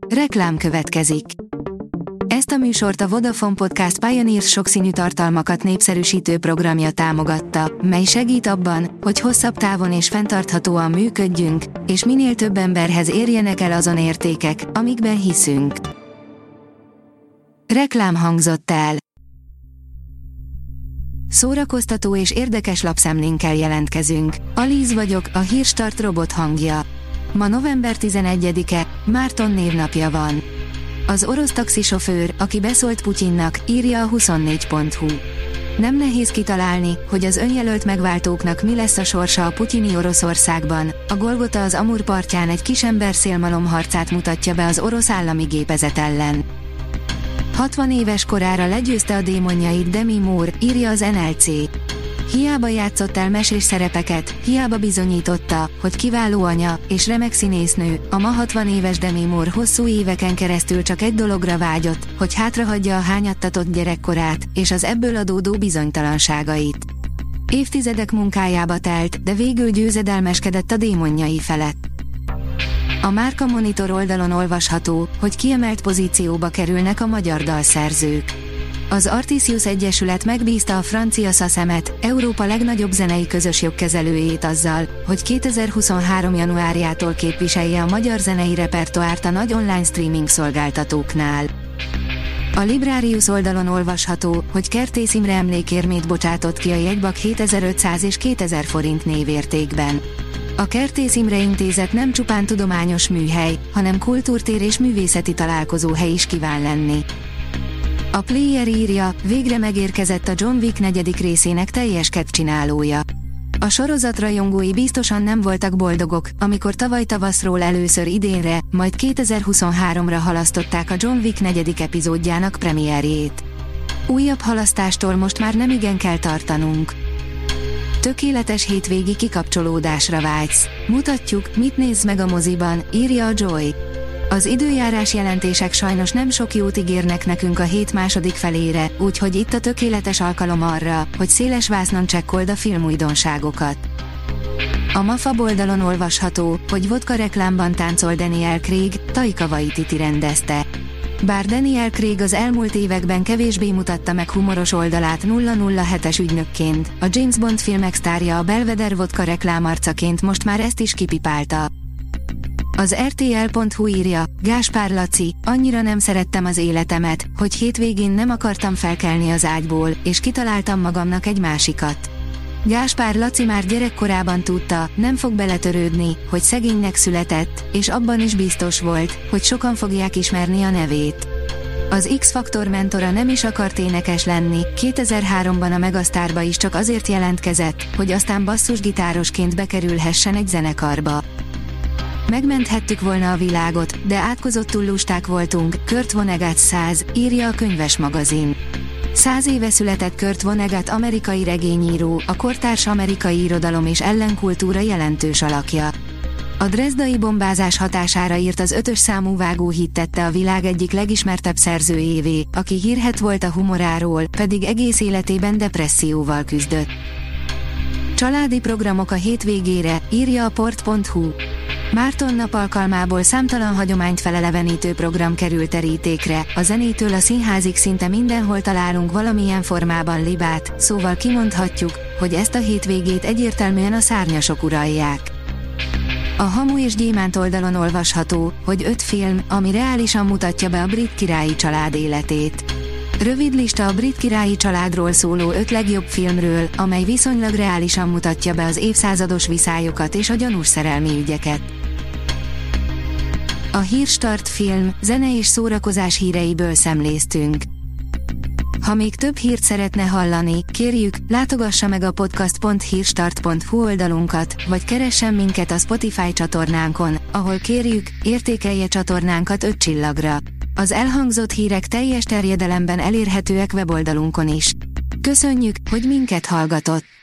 Reklám következik. Ezt a műsort a Vodafone Podcast Pioneers sokszínű tartalmakat népszerűsítő programja támogatta, mely segít abban, hogy hosszabb távon és fenntarthatóan működjünk, és minél több emberhez érjenek el azon értékek, amikben hiszünk. Reklám hangzott el. Szórakoztató és érdekes lapszemlénkkel jelentkezünk. Alíz vagyok, a Hírstart robot hangja. Ma november 11-e, Márton névnapja van. Az orosz taxisofőr, aki beszólt Putyinnak, írja a 24.hu. Nem nehéz kitalálni, hogy az önjelölt megváltóknak mi lesz a sorsa a putyini Oroszországban. A Golgota az Amur partján egy kisember szélmalom harcát mutatja be az orosz állami gépezet ellen. 60 éves korára legyőzte a démonjait Demi Moore, írja az NLC. Hiába játszott el mesés szerepeket, hiába bizonyította, hogy kiváló anya és remek színésznő, a ma 60 éves Demi Moore hosszú éveken keresztül csak egy dologra vágyott, hogy hátrahagyja a hányattatott gyerekkorát, és az ebből adódó bizonytalanságait. Évtizedek munkájába telt, de végül győzedelmeskedett a démonjai felett. A Márka Monitor oldalon olvasható, hogy kiemelt pozícióba kerülnek a magyar dalszerzők. Az Artisius Egyesület megbízta a francia SACEM-et, Európa legnagyobb zenei közös jogkezelőjét azzal, hogy 2023. januárjától képviselje a magyar zenei repertoárt a nagy online streaming szolgáltatóknál. A Librarius oldalon olvasható, hogy Kertész Imre emlékérmét bocsátott ki a jegybank 7500 és 2000 forint névértékben. A Kertész Imre Intézet nem csupán tudományos műhely, hanem kultúrtér és művészeti találkozóhely is kíván lenni. A Player írja, végre megérkezett a John Wick 4. részének teljes kedvcsinálója. A sorozat rajongói biztosan nem voltak boldogok, amikor tavaly tavaszról először idénre, majd 2023-ra halasztották a John Wick 4. epizódjának premierjét. Újabb halasztástól most már nemigen kell tartanunk. Tökéletes hétvégi kikapcsolódásra vágysz. Mutatjuk, mit nézz meg a moziban, írja a Joy. Az időjárás jelentések sajnos nem sok jót ígérnek nekünk a hét második felére, úgyhogy itt a tökéletes alkalom arra, hogy széles vásznon csekkold a filmújdonságokat. A MAFA oldalon olvasható, hogy vodka reklámban táncol Daniel Craig, Taika Waititi rendezte. Bár Daniel Craig az elmúlt években kevésbé mutatta meg humoros oldalát 007-es ügynökként, a James Bond filmek sztárja a Belvedere vodka reklámarcaként most már ezt is kipipálta. Az RTL.hu írja, Gáspár Laci, annyira nem szerettem az életemet, hogy hétvégén nem akartam felkelni az ágyból, és kitaláltam magamnak egy másikat. Gáspár Laci már gyerekkorában tudta, nem fog beletörődni, hogy szegénynek született, és abban is biztos volt, hogy sokan fogják ismerni a nevét. Az X-Faktor mentora nem is akart énekes lenni, 2003-ban a Megasztárba is csak azért jelentkezett, hogy aztán basszusgitárosként bekerülhessen egy zenekarba. Megmenthettük volna a világot, de átkozottul lusták voltunk, Kurt Vonnegut 100, írja a Könyves magazin. 100 éve született Kurt Vonnegut amerikai regényíró, a kortárs amerikai irodalom és ellenkultúra jelentős alakja. A dresdai bombázás hatására írt az 5-ös számú vágóhit tette a világ egyik legismertebb szerzőjévé, aki hírhedt volt a humoráról, pedig egész életében depresszióval küzdött. Családi programok a hétvégére, írja a port.hu. Márton nap alkalmából számtalan hagyományt felelevenítő program került terítékre, a zenétől a színházig szinte mindenhol találunk valamilyen formában libát, szóval kimondhatjuk, hogy ezt a hétvégét egyértelműen a szárnyasok uralják. A Hamu és Gyémánt oldalon olvasható, hogy 5 film, ami reálisan mutatja be a brit királyi család életét. Rövid lista a brit királyi családról szóló 5 legjobb filmről, amely viszonylag reálisan mutatja be az évszázados viszályokat és a gyanús szerelmi ügyeket. A Hírstart film, zene és szórakozás híreiből szemléztünk. Ha még több hírt szeretne hallani, kérjük, látogassa meg a podcast.hírstart.hu oldalunkat, vagy keressen minket a Spotify csatornánkon, ahol kérjük, értékelje csatornánkat 5 csillagra. Az elhangzott hírek teljes terjedelemben elérhetőek weboldalunkon is. Köszönjük, hogy minket hallgatott!